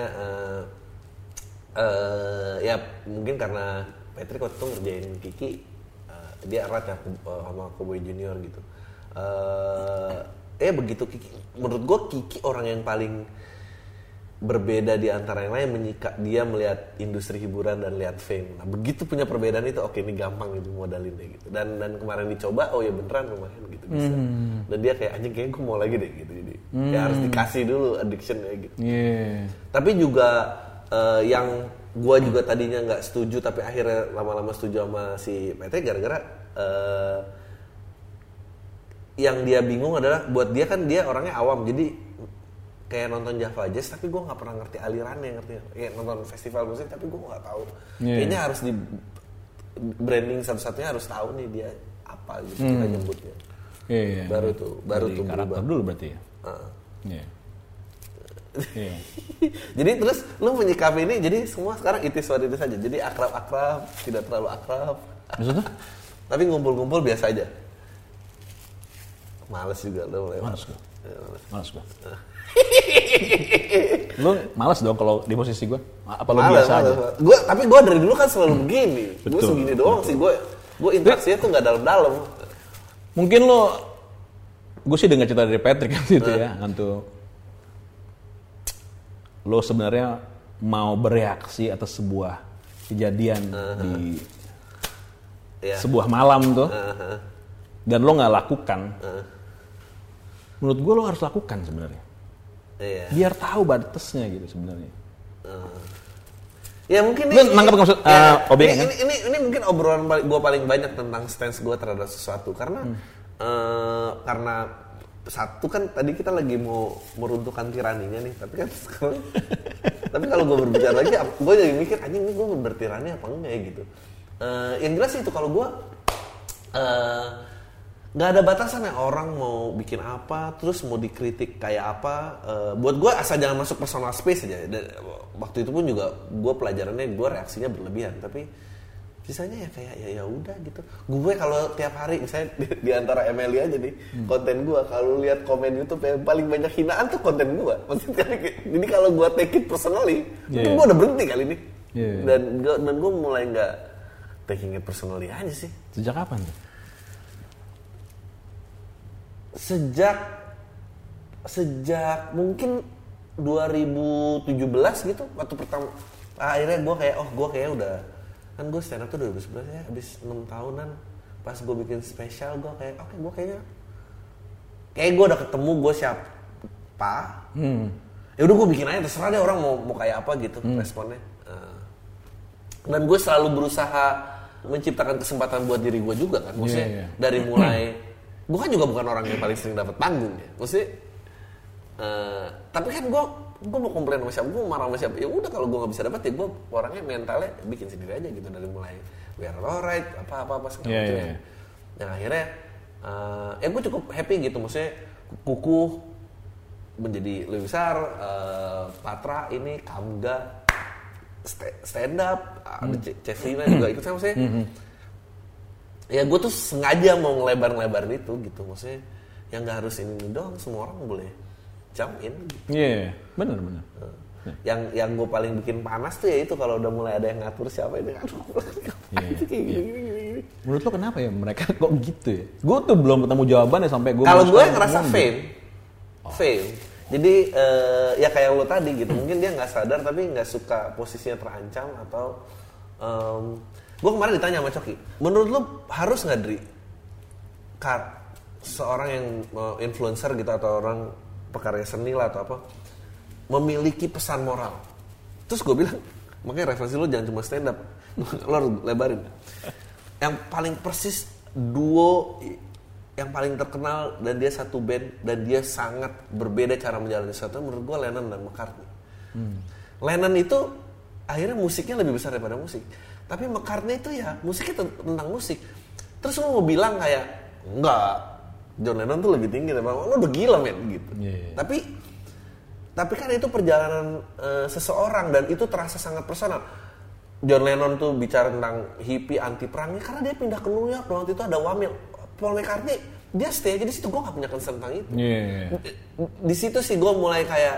ya mungkin karena Patrick waktu itu ngerjain Kiki, dia erat ya sama Cowboy Junior gitu. Begitu Kiki, menurut gue Kiki orang yang paling berbeda di antara yang lain, dia melihat industri hiburan dan lihat fame. Nah begitu punya perbedaan itu, oke ini gampang gitu modalin deh gitu. Dan kemarin dicoba, oh ya beneran lumayan gitu bisa. Dan dia kayak anjing kayaknya gue mau lagi deh gitu. Jadi ya harus dikasih dulu addiction ya gitu. Tapi juga yang gue juga tadinya nggak setuju tapi akhirnya lama-lama setuju sama si PT gara-gara yang dia bingung adalah buat dia kan dia orangnya awam jadi kayak nonton Java Jazz tapi gue nggak pernah ngerti alirannya kayak nonton festival musik tapi gue nggak tahu kayaknya harus di branding satu-satunya harus tahu nih dia apa gitu kita nyebutnya baru tuh karakter dulu berarti ya. Jadi terus lu menyikapi ini jadi semua sekarang it is what it is aja jadi akrab-akrab tidak terlalu akrab maksudnya tapi ngumpul-ngumpul biasa aja males juga lu males gua lu malas dong kalau di posisi gue apa lu biasa aja tapi gue dari dulu kan selalu begini gue segini doang sih gue interaksinya tuh nggak dalam-dalam mungkin gue sih dengar cerita dari Patrick kan gitu ya untuk lo sebenarnya mau bereaksi atas sebuah kejadian di sebuah malam tuh dan lo nggak lakukan menurut gue lo harus lakukan sebenarnya biar tahu batasnya gitu sebenarnya. Ya mungkin nangkap maksud objeknya kan? Ini mungkin obrolan gue paling banyak tentang stance gue terhadap sesuatu karena satu kan tadi kita lagi mau meruntuhkan tiraninya nih tapi kan sekarang tapi kalau gue berbicara lagi gue jadi mikir anjing ini gue bertirani apa enggak ya gitu. Yang jelas itu kalau gue nggak ada batasan ya orang mau bikin apa terus mau dikritik kayak apa buat gue asal jangan masuk personal space aja. Waktu itu pun juga gue pelajarannya gue reaksinya berlebihan tapi sisanya ya kayak ya udah gitu. Gue kalau tiap hari misalnya di antara MLI aja nih konten gue kalau lihat komen YouTube yang paling banyak hinaan tuh konten gue maksudnya jadi kalau gue take it personally gue udah berhenti kali ini dan gue mulai nggak taking it personally aja sih. Sejak kapan tuh? Sejak mungkin 2017 gitu waktu pertama akhirnya gue kayak gue kayak udah kan gue stand up tuh 2011 ya habis 6 tahunan pas gue bikin spesial gue kayak gue kayaknya gue udah ketemu gue siapa ya udah gue bikin aja terserah deh orang mau kayak apa gitu responnya dan gue selalu berusaha menciptakan kesempatan buat diri gue juga kan maksudnya dari mulai gue kan juga bukan orang yang paling sering dapat panggung ya, maksudnya, tapi kan gue mau komplain sama siapa, gue marah sama siapa, ya udah kalau gue nggak bisa dapat ya gue orangnya mentalnya bikin sendiri aja gitu dari mulai we are alright apa segala macam, yang akhirnya ya gue cukup happy gitu, maksudnya Kukuh menjadi lebih besar, Patra ini Kamga stand up, ada Cefrina juga ikut sama saya. Ya gue tuh sengaja mau ngelebar-ngelebarin itu gitu, maksudnya yang nggak harus ini doang, semua orang boleh jump in. Iya, benar. Yang gue paling bikin panas tuh ya itu kalau udah mulai ada yang ngatur siapa ini, aduh, itu kayak gini. Menurut lo kenapa ya mereka kok gitu ya? Gue tuh belum ketemu jawabannya sampai gue. Kalau gue ngerasa fame. Jadi ya kayak lo tadi gitu, mungkin dia nggak sadar tapi nggak suka posisinya terancam atau gue kemarin ditanya sama Coki, menurut lo harus nggak Dri seorang yang influencer gitu atau orang pekarya seni lah atau apa memiliki pesan moral? Terus gue bilang, makanya referensi lo jangan cuma stand up, lo harus lebarin. Yang paling persis duo yang paling terkenal dan dia satu band dan dia sangat berbeda cara menjalani sesuatu, menurut gue Lennon dan McCartney. Lennon itu akhirnya musiknya lebih besar daripada musik, tapi McCartney itu ya musiknya tentang musik. Terus lo mau bilang kayak enggak, John Lennon tuh lebih tinggi daripada lo, udah gila men gitu. Tapi Tapi kan itu perjalanan seseorang dan itu terasa sangat personal. John Lennon tuh bicara tentang hippie anti perangnya karena dia pindah ke New York. Waktu itu ada Wamil. Paul McCartney dia stay aja di situ. Gue nggak punya concern tentang itu. Di situ sih gue mulai kayak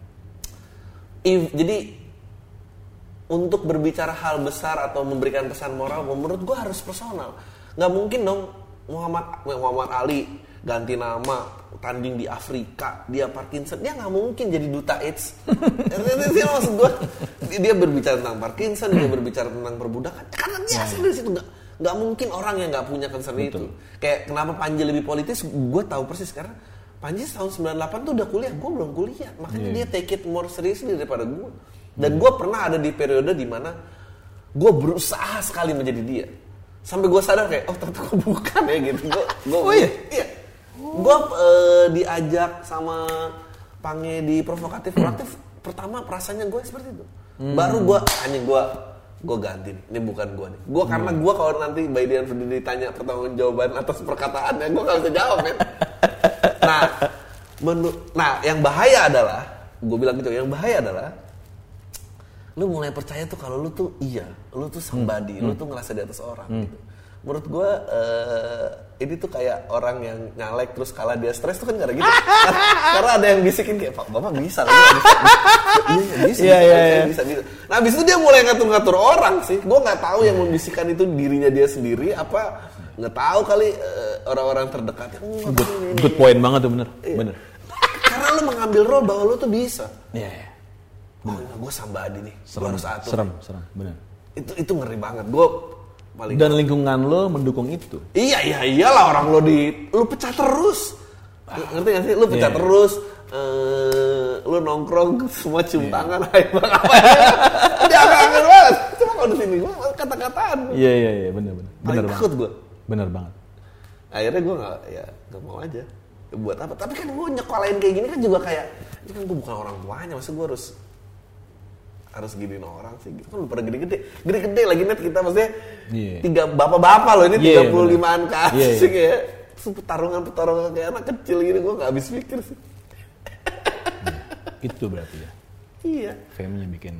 jadi untuk berbicara hal besar atau memberikan pesan moral, menurut gue harus personal. Nggak mungkin dong Muhammad Ali ganti nama, tanding di Afrika, dia Parkinson, dia nggak mungkin jadi duta AIDS. Itu maksud gue. Dia berbicara tentang Parkinson, dia berbicara tentang perbudakan. Karena dia asal dari situ nggak mungkin orang yang nggak punya concern itu. Kayak kenapa Panji lebih politis, gue tahu persis karena Panji tahun 98 tuh udah kuliah, gue belum kuliah, makanya dia take it more seriously daripada gue. Dan gue pernah ada di periode dimana gue berusaha sekali menjadi dia, sampai gue sadar kayak ternyata gue bukan ya gitu. Iya. Gue diajak sama Pange di provokatif pertama perasaannya gue seperti itu. Baru gue ganti nih. Ini bukan gue nih. Gue karena gue kalau nanti by the end ditanya pertanggungjawaban atas perkataannya, gue nggak bisa jawab ya. Nah, yang bahaya adalah, gue bilang gitu, yang bahaya adalah lu mulai percaya tuh kalau lu tuh lu tuh somebody, lu tuh ngerasa di atas orang gitu. Menurut gue ini tuh kayak orang yang nyalek terus kalah dia stres tuh kan gara gitu. Karena ada yang bisikin kayak Bapak bisa lah. Bisa. Nah abis itu dia mulai ngatur-ngatur orang sih. Gue nggak tahu yang membisikkan itu dirinya dia sendiri apa nggak tahu kali orang-orang terdekatnya. Good point banget tuh bener. Karena lu mengambil role bahwa lu tuh bisa. Iya. Gue somebody nih. Serem, bener. Itu ngeri banget. Gue dan lingkungan lo mendukung itu. Iyalah orang lu pecah terus. Ngerti gak sih? Lu pecah terus. Lu nongkrong semua cium tangan. Dia kangen banget. Cuma kalau di sini gue kata-kataan. Iya bener banget. Takut gue. Bener banget. Akhirnya gue nggak mau aja. Buat apa? Tapi kan gue nyekolahin kayak gini kan juga kayak, ini kan gue bukan orang tuanya, masa gue harus giniin orang sih. Gitu kan pada gede-gede lagi net kita maksudnya. Tiga bapak-bapak loh ini 35-an ke atas sih kayak pertarungan kayak anak kecil gini, gue nggak habis pikir sih. Itu berarti ya. Iya. Fame-nya bikin.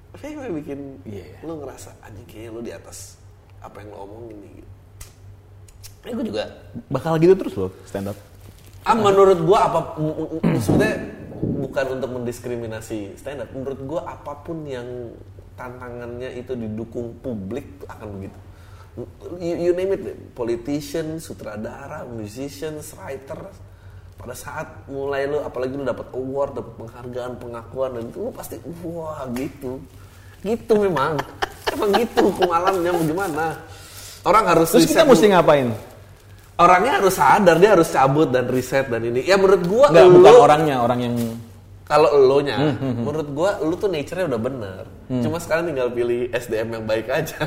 Lu ngerasa anjing kayaknya lu di atas apa yang lo omongin nih. Gitu. Gue juga bakal gitu terus loh stand up. Menurut gue maksudnya bukan untuk mendiskriminasi stand up. Menurut gue apapun yang tantangannya itu didukung publik akan begitu. You name it, politician, sutradara, musicians, writer. Pada saat mulai lu, apalagi lu dapat award, dapat penghargaan, pengakuan, dan itu lu pasti wah gitu. Gitu memang gitu hukum alamnya. Mau gimana? Orang harus. Terus kita mesti ngapain? Orangnya harus sadar, dia harus cabut dan riset dan ini. Ya menurut gua bukan orangnya, orang yang kalau elonya, menurut gua lu tuh nature-nya udah bener. Cuma sekarang tinggal pilih SDM yang baik aja.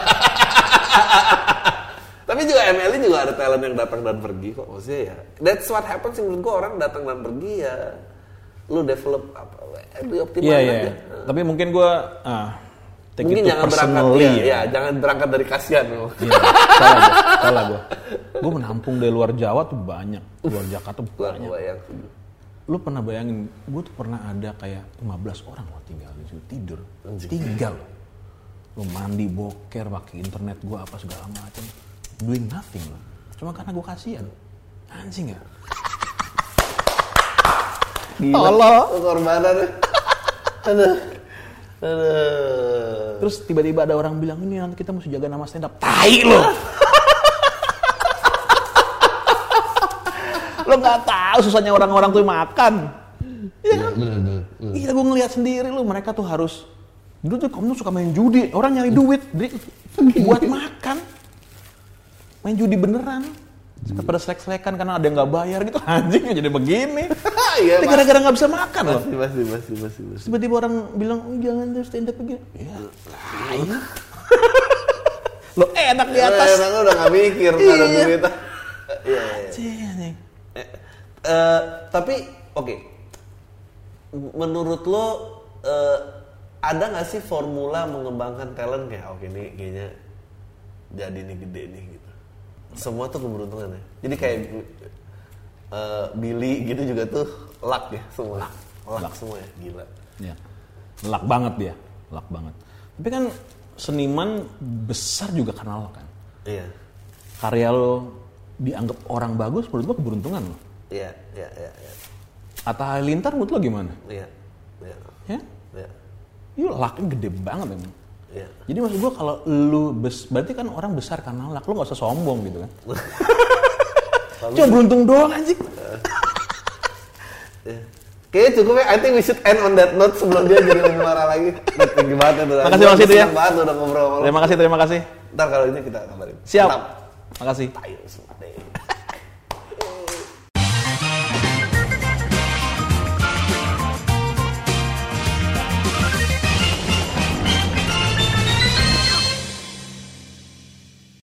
Tapi juga MLI juga ada talent yang datang dan pergi kok. Maksudnya ya, that's what happens sih menurut gua, orang datang dan pergi ya. Lu develop optimal aja. Tapi mungkin gua mungkin jangan berangkat jangan berangkat dari kasihan. Salah gue. Gue menampung dari luar Jawa tuh banyak, luar Jakarta banyak. Lu pernah bayangin, gue tuh pernah ada kayak 15 orang loh tinggal di situ tidur, tinggal. Lu mandi, boker, pakai internet gue apa segala macam, doing nothing loh. Cuma karena gue kasihan, anjing ya. Tolong. Korbanan. Aduh. Terus tiba-tiba ada orang bilang ini nanti kita mesti jaga nama stand up. Tai lo. Lo nggak tahu susahnya orang-orang tuh makan. Iya kan? Bener. Iya gue ngelihat sendiri lo, mereka tuh harus. Dulu tuh kamu tuh suka main judi, orang nyari duit buat makan. Main judi beneran. Pada selek-selekan karena ada yang nggak bayar gitu, anjing jadi begini. Iya, gara-gara nggak bisa makan loh. Masih. Tiba-tiba orang bilang, jangan tuh stand up begini. Iya. Lo enak di atas. Enak udah nggak mikir ada duit. Iya. Tapi oke. Menurut lo ada nggak sih formula mengembangkan talent kayak oke nih kayaknya jadi nih gede nih gitu. Semua tuh keberuntungan ya. Jadi kayak Billy gitu juga tuh luck ya semua. Luck semua ya, gila. Ya. Luck banget dia, luck banget. Tapi kan seniman besar juga karena luck kan. Iya. Karya lo dianggap orang bagus, menurut lo keberuntungan lo. Iya. Atta Halilintar menurut lo gimana? Iya. Ya? Iya. Iya, lucknya gede banget emang. Iya. Jadi maksud gue kalau lu berarti kan orang besar karena luck, lu gak usah sombong gitu kan. Cuma beruntung doang anjing. Kayaknya cukup ya, I think we should end on that note sebelum dia jadi lebih marah lagi. Tinggi banget itu. Makasih Mas itu ya. Senang banget udah ngobrol. Terima kasih. Ntar kalau ini kita kabarin. Siap. Makasih. Tayo semua.